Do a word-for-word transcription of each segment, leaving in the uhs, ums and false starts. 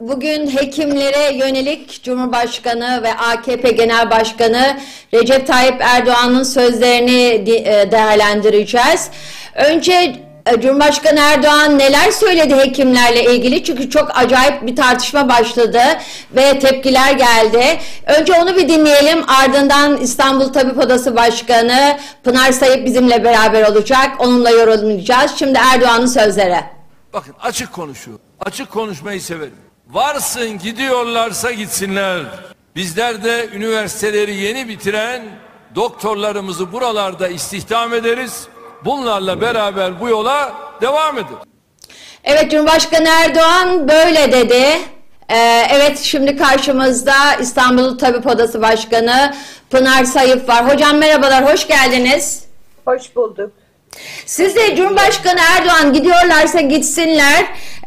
Bugün hekimlere yönelik Cumhurbaşkanı ve A K P Genel Başkanı Recep Tayyip Erdoğan'ın sözlerini değerlendireceğiz. Önce Cumhurbaşkanı Erdoğan neler söyledi hekimlerle ilgili? Çünkü çok acayip bir tartışma başladı ve tepkiler geldi. Önce onu bir dinleyelim. Ardından İstanbul Tabip Odası Başkanı Pınar Sayıp bizimle beraber olacak. Onunla yorumlayacağız. Şimdi Erdoğan'ın sözleri. Bakın, açık konuşuyor. Açık konuşmayı severim. Varsın gidiyorlarsa gitsinler. Bizler de üniversiteleri yeni bitiren doktorlarımızı buralarda istihdam ederiz. Bunlarla beraber bu yola devam ederiz. Evet, Cumhurbaşkanı Erdoğan böyle dedi. Ee, evet, şimdi karşımızda İstanbul Tabip Odası Başkanı Pınar Sayıp var. Hocam merhabalar, hoş geldiniz. Hoş bulduk. Siz de Cumhurbaşkanı Erdoğan gidiyorlarsa gitsinler,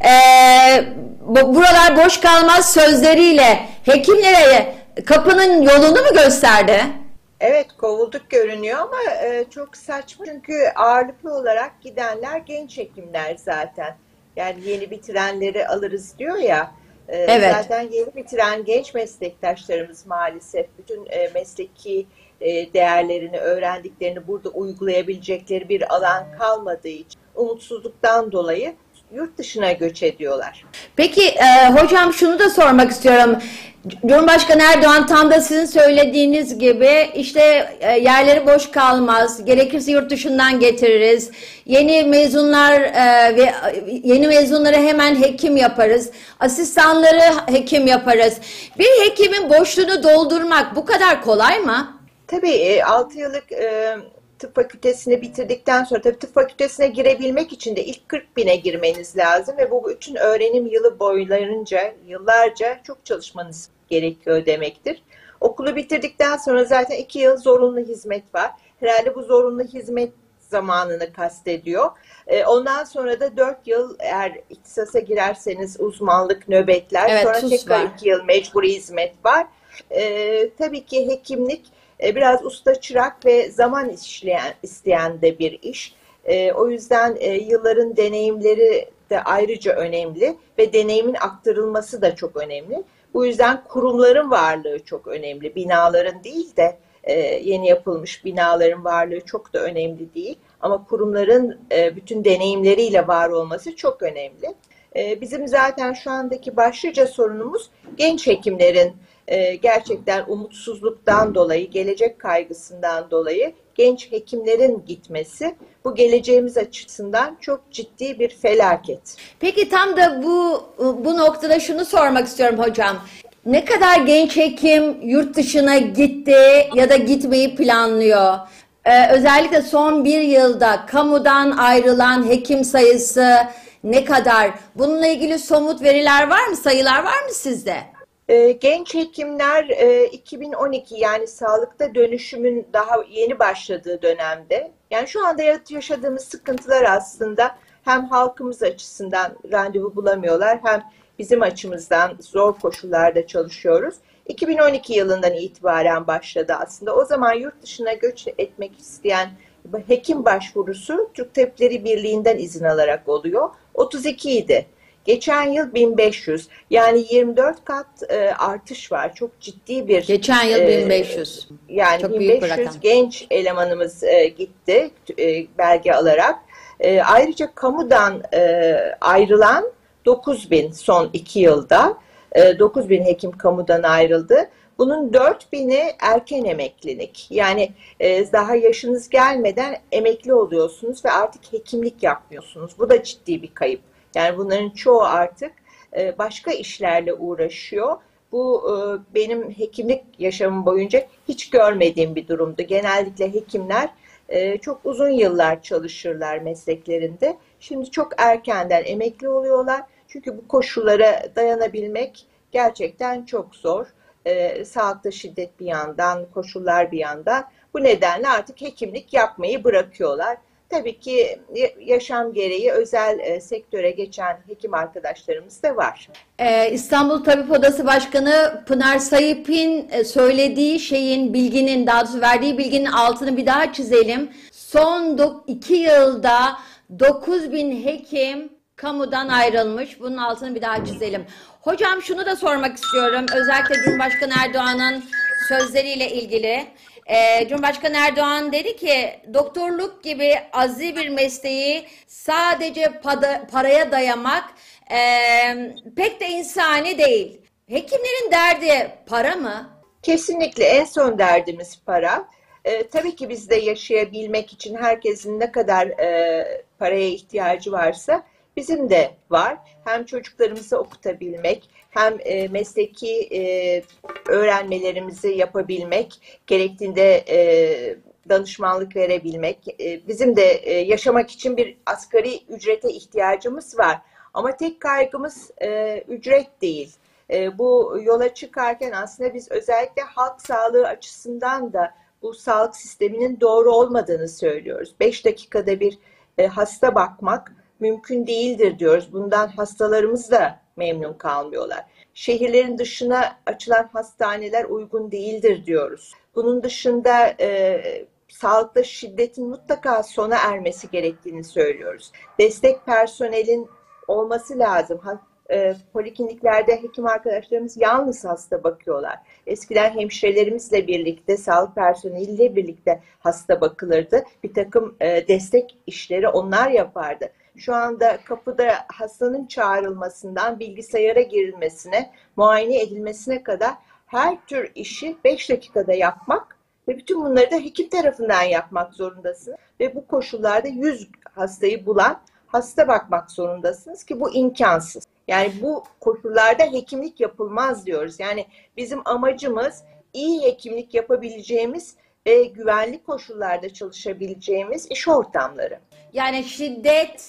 ee, buralar boş kalmaz sözleriyle hekimlere kapının yolunu mu gösterdi? Evet, kovulduk görünüyor ama e, çok saçma. Çünkü ağırlıklı olarak gidenler genç hekimler zaten. Yani yeni bitirenleri alırız diyor ya. E, evet. Zaten yeni bitiren genç meslektaşlarımız maalesef bütün e, mesleki e, değerlerini, öğrendiklerini burada uygulayabilecekleri bir alan kalmadığı için umutsuzluktan dolayı yurt dışına göç ediyorlar. Peki e, hocam şunu da sormak istiyorum. Cumhurbaşkanı Erdoğan tam da sizin söylediğiniz gibi işte e, yerleri boş kalmaz, gerekirse yurt dışından getiririz, yeni mezunlar e, ve yeni mezunları hemen hekim yaparız, asistanları hekim yaparız. Bir hekimin boşluğunu doldurmak bu kadar kolay mı? Tabii altı yıllık e, tıp fakültesini bitirdikten sonra tabii tıp fakültesine girebilmek için de ilk kırk bine girmeniz lazım ve bu bütün öğrenim yılı boylarınca yıllarca çok çalışmanız gerekiyor demektir. Okulu bitirdikten sonra zaten iki yıl zorunlu hizmet var. Herhalde bu zorunlu hizmet zamanını kastediyor. Ondan sonra da dört yıl eğer ihtisasa girerseniz uzmanlık, nöbetler, evet, sonra tekrar iki yıl mecburi hizmet var. Ee, tabii ki hekimlik biraz usta çırak ve zaman işleyen, isteyen de bir iş. E, o yüzden e, yılların deneyimleri de ayrıca önemli ve deneyimin aktarılması da çok önemli. Bu yüzden kurumların varlığı çok önemli. Binaların değil de e, yeni yapılmış binaların varlığı çok da önemli değil. Ama kurumların e, bütün deneyimleriyle var olması çok önemli. E, bizim zaten şu andaki başlıca sorunumuz genç hekimlerin Ee, gerçekten umutsuzluktan dolayı, gelecek kaygısından dolayı genç hekimlerin gitmesi bu geleceğimiz açısından çok ciddi bir felaket. Peki tam da bu bu noktada şunu sormak istiyorum hocam. Ne kadar genç hekim yurt dışına gitti ya da gitmeyi planlıyor? Ee, özellikle son bir yılda kamudan ayrılan hekim sayısı ne kadar? Bununla ilgili somut veriler var mı? Sayılar var mı sizde? Genç hekimler iki bin on iki yani sağlıkta dönüşümün daha yeni başladığı dönemde, yani şu anda yaşadığımız sıkıntılar aslında hem halkımız açısından randevu bulamıyorlar hem bizim açımızdan zor koşullarda çalışıyoruz. iki bin on iki yılından itibaren başladı aslında. O zaman yurt dışına göç etmek isteyen hekim başvurusu Türk Tabipleri Birliği'nden izin alarak oluyor. otuz iki idi. Geçen yıl bin beş yüz, yani yirmi dört kat e, artış var. Çok ciddi bir... Geçen yıl e, bin beş yüz. Yani çok bin beş yüz genç elemanımız e, gitti e, belge alarak. E, ayrıca kamudan e, ayrılan dokuz bin son iki yılda. E, dokuz bin hekim kamudan ayrıldı. Bunun dört bini erken emeklilik. Yani e, daha yaşınız gelmeden emekli oluyorsunuz ve artık hekimlik yapmıyorsunuz. Bu da ciddi bir kayıp. Yani bunların çoğu artık başka işlerle uğraşıyor. Bu benim hekimlik yaşamım boyunca hiç görmediğim bir durumdu. Genellikle hekimler çok uzun yıllar çalışırlar mesleklerinde. Şimdi çok erkenden emekli oluyorlar. Çünkü bu koşullara dayanabilmek gerçekten çok zor. Sağlıkta şiddet bir yandan, koşullar bir yandan. Bu nedenle artık hekimlik yapmayı bırakıyorlar. Tabii ki yaşam gereği özel e, sektöre geçen hekim arkadaşlarımız da var. Ee, İstanbul Tabip Odası Başkanı Pınar Sayıp'in söylediği şeyin, bilginin, daha doğrusu verdiği bilginin altını bir daha çizelim. Son iki yılda dokuz bin hekim Kamudan ayrılmış. Bunun altını bir daha çizelim. Hocam şunu da sormak istiyorum. Özellikle Cumhurbaşkanı Erdoğan'ın sözleriyle ilgili. Ee, Cumhurbaşkanı Erdoğan dedi ki doktorluk gibi azli bir mesleği sadece pada, paraya dayamak e, pek de insani değil. Hekimlerin derdi para mı? Kesinlikle en son derdimiz para. Ee, tabii ki biz de yaşayabilmek için herkesin ne kadar e, paraya ihtiyacı varsa bizim de var. Hem çocuklarımızı okutabilmek, hem e, mesleki e, öğrenmelerimizi yapabilmek, gerektiğinde e, danışmanlık verebilmek. E, bizim de e, yaşamak için bir asgari ücrete ihtiyacımız var. Ama tek kaygımız e, ücret değil. E, bu yola çıkarken aslında biz özellikle halk sağlığı açısından da bu sağlık sisteminin doğru olmadığını söylüyoruz. Beş dakikada bir e, hasta bakmak mümkün değildir diyoruz. Bundan hastalarımız da memnun kalmıyorlar. Şehirlerin dışına açılan hastaneler uygun değildir diyoruz. Bunun dışında e, sağlıkta şiddetin mutlaka sona ermesi gerektiğini söylüyoruz. Destek personelin olması lazım. E, polikliniklerde hekim arkadaşlarımız yalnız hasta bakıyorlar. Eskiden hemşirelerimizle birlikte, sağlık personeliyle birlikte hasta bakılırdı. Bir takım e, destek işleri onlar yapardı. Şu anda kapıda hastanın çağrılmasından bilgisayara girilmesine, muayene edilmesine kadar her tür işi beş dakikada yapmak ve bütün bunları da hekim tarafından yapmak zorundasınız. Ve bu koşullarda yüz hastayı bulan hasta bakmak zorundasınız ki bu imkansız. Yani bu koşullarda hekimlik yapılmaz diyoruz. Yani bizim amacımız iyi hekimlik yapabileceğimiz ve güvenli koşullarda çalışabileceğimiz iş ortamları. Yani şiddet,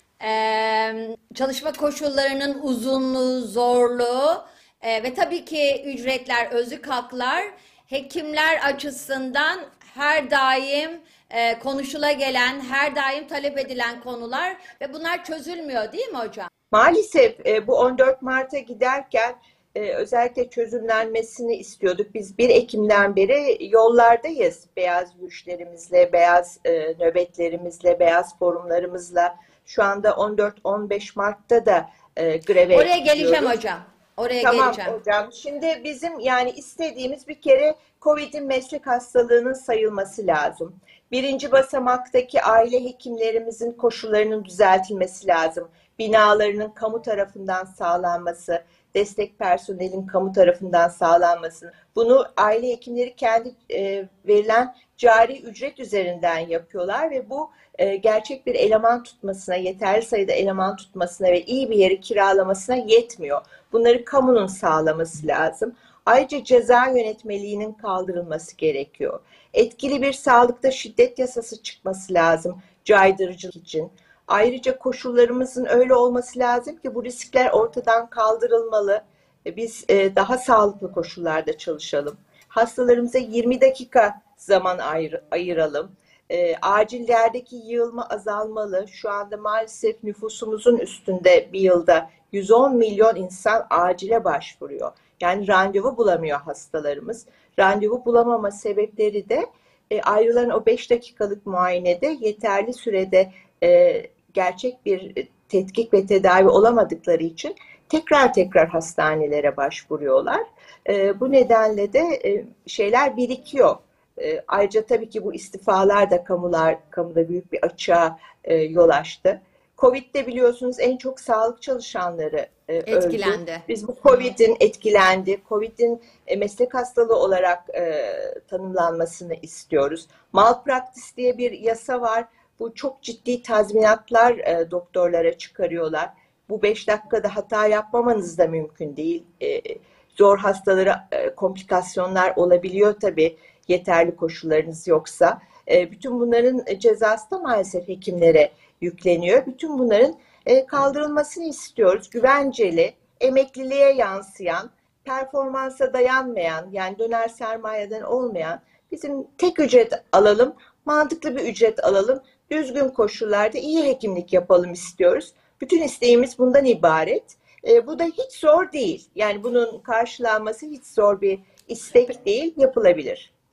çalışma koşullarının uzunluğu, zorluğu ve tabii ki ücretler, özlük haklar hekimler açısından her daim konuşula gelen, her daim talep edilen konular ve bunlar çözülmüyor değil mi hocam? Maalesef bu on dört Mart'a giderken özellikle çözümlenmesini istiyorduk. Biz bir Ekim'den beri yollardayız. Beyaz yürüyüşlerimizle, beyaz nöbetlerimizle, beyaz forumlarımızla. Şu anda on dört on beş Mart'ta da greve Oraya geleceğim gidiyoruz. hocam. Oraya Tamam geleceğim. hocam. Şimdi bizim yani istediğimiz bir kere Covid'in meslek hastalığının sayılması lazım. Birinci basamaktaki aile hekimlerimizin koşullarının düzeltilmesi lazım. Binalarının kamu tarafından sağlanması, destek personelin kamu tarafından sağlanması. Bunu aile hekimleri kendi e, verilen cari ücret üzerinden yapıyorlar ve bu e, gerçek bir eleman tutmasına, yeterli sayıda eleman tutmasına ve iyi bir yeri kiralamasına yetmiyor. Bunları kamunun sağlaması lazım. Ayrıca ceza yönetmeliğinin kaldırılması gerekiyor. Etkili bir sağlıkta şiddet yasası çıkması lazım caydırıcılık için. Ayrıca koşullarımızın öyle olması lazım ki bu riskler ortadan kaldırılmalı. Biz daha sağlıklı koşullarda çalışalım. Hastalarımıza yirmi dakika zaman ayır, ayıralım. E, acillerdeki yığılma azalmalı. Şu anda maalesef nüfusumuzun üstünde bir yılda yüz on milyon insan acile başvuruyor. Yani randevu bulamıyor hastalarımız. Randevu bulamama sebepleri de e, ayrılan o beş dakikalık muayenede yeterli sürede e, gerçek bir tetkik ve tedavi olamadıkları için tekrar tekrar hastanelere başvuruyorlar. E, bu nedenle de e, şeyler birikiyor. E, ayrıca tabii ki bu istifalar da kamular, kamuda büyük bir açığa e, yol açtı. Covid'de biliyorsunuz en çok sağlık çalışanları e, etkilendi. Öldü. Biz bu Covid'in etkilendi. Covid'in e, meslek hastalığı olarak e, tanımlanmasını istiyoruz. Malpraktis diye bir yasa var. Bu çok ciddi tazminatlar e, doktorlara çıkarıyorlar. Bu beş dakikada hata yapmamanız da mümkün değil. E, zor hastalara e, komplikasyonlar olabiliyor tabii yeterli koşullarınız yoksa. E, bütün bunların cezası da maalesef hekimlere yükleniyor. Bütün bunların e, kaldırılmasını istiyoruz. Güvenceli, emekliliğe yansıyan, performansa dayanmayan, yani döner sermayeden olmayan, bizim tek ücret alalım, mantıklı bir ücret alalım, düzgün koşullarda iyi hekimlik yapalım istiyoruz. Bütün isteğimiz bundan ibaret. E, bu da hiç zor değil. Yani bunun karşılanması hiç zor bir istek değil, yapılabilir.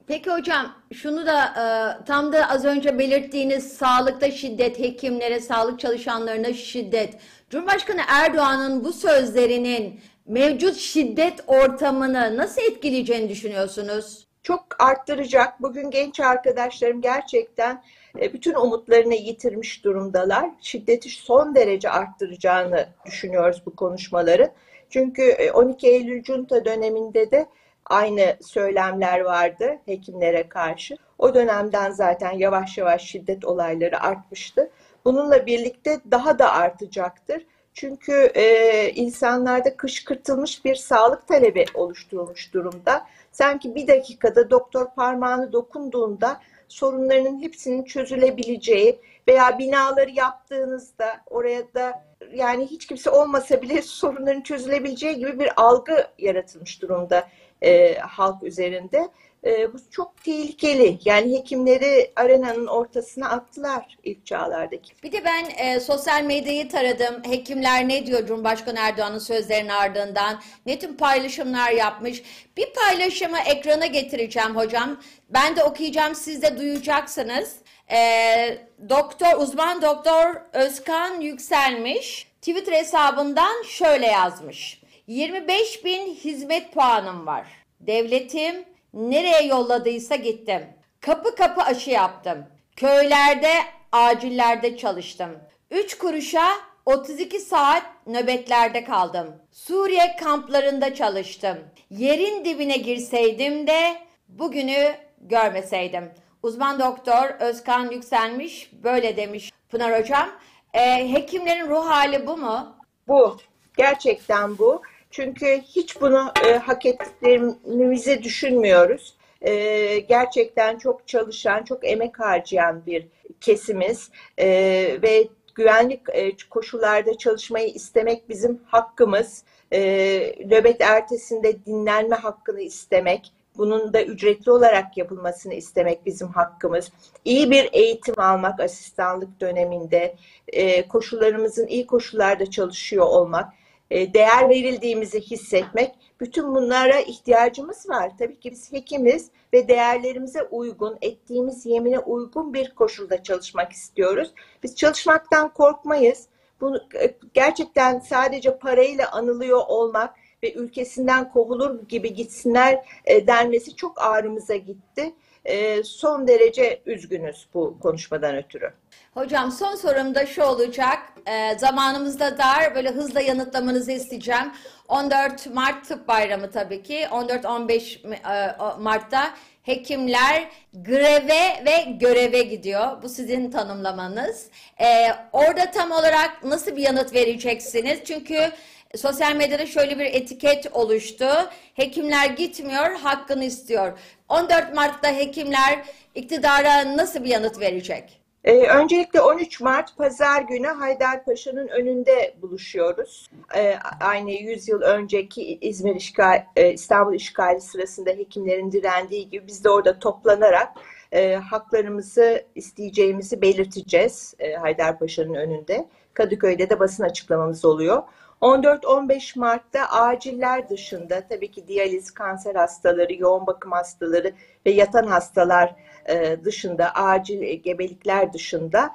Peki hocam, şunu da e, tam da az önce belirttiğiniz sağlıkta şiddet, hekimlere, sağlık çalışanlarına şiddet. Cumhurbaşkanı Erdoğan'ın bu sözlerinin mevcut şiddet ortamını nasıl etkileyeceğini düşünüyorsunuz? Çok arttıracak. Bugün genç arkadaşlarım gerçekten e, bütün umutlarını yitirmiş durumdalar. Şiddeti son derece arttıracağını düşünüyoruz bu konuşmaların. Çünkü e, on iki Eylül Junta döneminde de aynı söylemler vardı hekimlere karşı. O dönemden zaten yavaş yavaş şiddet olayları artmıştı. Bununla birlikte daha da artacaktır. Çünkü e, insanlarda kışkırtılmış bir sağlık talebi oluşturulmuş durumda. Sanki bir dakikada doktor parmağını dokunduğunda sorunlarının hepsinin çözülebileceği veya binaları yaptığınızda oraya da yani hiç kimse olmasa bile sorunların çözülebileceği gibi bir algı yaratılmış durumda e, halk üzerinde. E, bu çok tehlikeli. Yani hekimleri arenanın ortasına attılar ilk çağlardaki. Bir de ben e, sosyal medyayı taradım. Hekimler ne diyor Cumhurbaşkanı Erdoğan'ın sözlerinin ardından? Ne tüm paylaşımlar yapmış? Bir paylaşımı ekrana getireceğim hocam. Ben de okuyacağım, siz de duyacaksınız. E, doktor, uzman doktor Özkan Yükselmiş Twitter hesabından şöyle yazmış. yirmi beş bin hizmet puanım var. Devletim nereye yolladıysa gittim. Kapı kapı aşı yaptım. Köylerde, acillerde çalıştım. üç kuruşa otuz iki saat nöbetlerde kaldım. Suriye kamplarında çalıştım. Yerin dibine girseydim de bugünü görmeseydim. Uzman doktor Özkan Yükselmiş böyle demiş Pınar Hocam. Ee, hekimlerin ruh hali bu mu? Bu. Gerçekten bu. Çünkü hiç bunu e, hak ettiklerimizi düşünmüyoruz. E, gerçekten çok çalışan, çok emek harcayan bir kesimiz e, ve güvenlik e, koşullarda çalışmayı istemek bizim hakkımız. E, nöbet ertesinde dinlenme hakkını istemek, bunun da ücretli olarak yapılmasını istemek bizim hakkımız. İyi bir eğitim almak asistanlık döneminde, e, koşullarımızın iyi koşullarda çalışıyor olmak, değer verildiğimizi hissetmek, bütün bunlara ihtiyacımız var. Tabii ki biz hekimiz ve değerlerimize uygun, ettiğimiz yemine uygun bir koşulda çalışmak istiyoruz. Biz çalışmaktan korkmayız. Bunu gerçekten sadece parayla anılıyor olmak ve ülkesinden kovulur gibi gitsinler denmesi çok ağrımıza gitti. Son derece üzgünüz bu konuşmadan ötürü. Hocam son sorum da şu olacak. E, zamanımız da dar. Böyle hızla yanıtlamanızı isteyeceğim. on dört Mart Tıp Bayramı tabii ki. on dört on beş Mart'ta hekimler greve ve göreve gidiyor. Bu sizin tanımlamanız. E, orada tam olarak nasıl bir yanıt vereceksiniz? Çünkü sosyal medyada şöyle bir etiket oluştu. Hekimler gitmiyor, hakkını istiyor. on dört Mart'ta hekimler iktidara nasıl bir yanıt verecek? Ee, öncelikle on üç Mart Pazar günü Haydarpaşa'nın önünde buluşuyoruz. Ee, aynı yüz yıl önceki İzmir işgal, e, İstanbul işgali sırasında hekimlerin direndiği gibi biz de orada toplanarak e, haklarımızı isteyeceğimizi belirteceğiz e, Haydarpaşa'nın önünde. Kadıköy'de de basın açıklamamız oluyor. on dört on beş Mart'ta aciller dışında tabii ki diyaliz, kanser hastaları, yoğun bakım hastaları ve yatan hastalar dışında, acil gebelikler dışında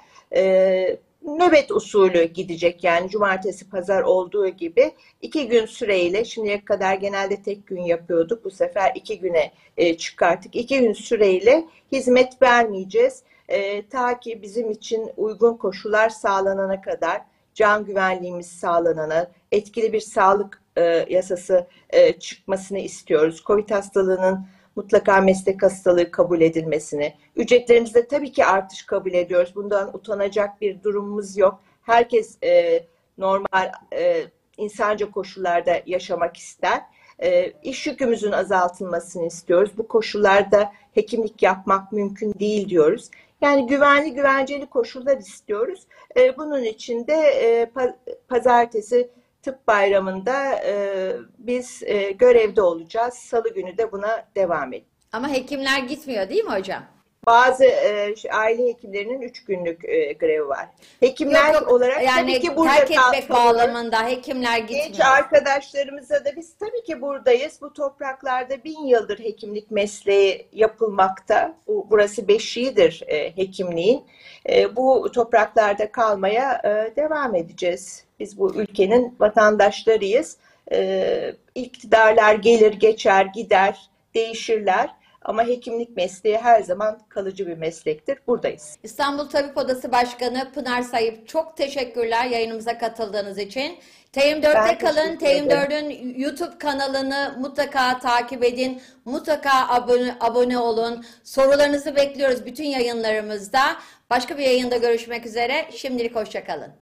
e, nöbet usulü gidecek. Yani cumartesi pazar olduğu gibi iki gün süreyle, şimdiye kadar genelde tek gün yapıyorduk. Bu sefer iki güne e, çıkarttık. İki gün süreyle hizmet vermeyeceğiz. E, ta ki bizim için uygun koşullar sağlanana kadar, can güvenliğimiz sağlanana, etkili bir sağlık e, yasası e, çıkmasını istiyoruz. Covid hastalığının mutlaka meslek hastalığı kabul edilmesini, ücretlerimizde tabii ki artış kabul ediyoruz. Bundan utanacak bir durumumuz yok. Herkes e, normal e, insanca koşullarda yaşamak ister. E, iş yükümüzün azaltılmasını istiyoruz. Bu koşullarda hekimlik yapmak mümkün değil diyoruz. Yani güvenli, güvenceli koşullar istiyoruz. E, bunun için de e, pazartesi Tıp Bayramı'nda e, biz e, görevde olacağız. Salı günü de buna devam edeceğiz. Ama hekimler gitmiyor değil mi hocam? Bazı e, aile hekimlerinin üç günlük e, grevi var. Hekimler Yok, yok. olarak Yani tabii ki burada terk etmek kalıyoruz. bağlamında hekimler Genç gitmiyor. arkadaşlarımıza da biz tabii ki buradayız. Bu topraklarda bin yıldır hekimlik mesleği yapılmakta. Bu, burası beşiğidir e, hekimliğin. E, bu topraklarda kalmaya e, devam edeceğiz. Biz bu ülkenin vatandaşlarıyız. E, iktidarlar gelir, geçer, gider, değişirler. Ama hekimlik mesleği her zaman kalıcı bir meslektir. Buradayız. İstanbul Tabip Odası Başkanı Pınar Sayıp, çok teşekkürler yayınımıza katıldığınız için. T yirmi dörtte Ben kalın. teşekkür T yirmi dört'ün ederim. YouTube kanalını mutlaka takip edin. Mutlaka abone, abone olun. Sorularınızı bekliyoruz bütün yayınlarımızda. Başka bir yayında görüşmek üzere. Şimdilik hoşça kalın.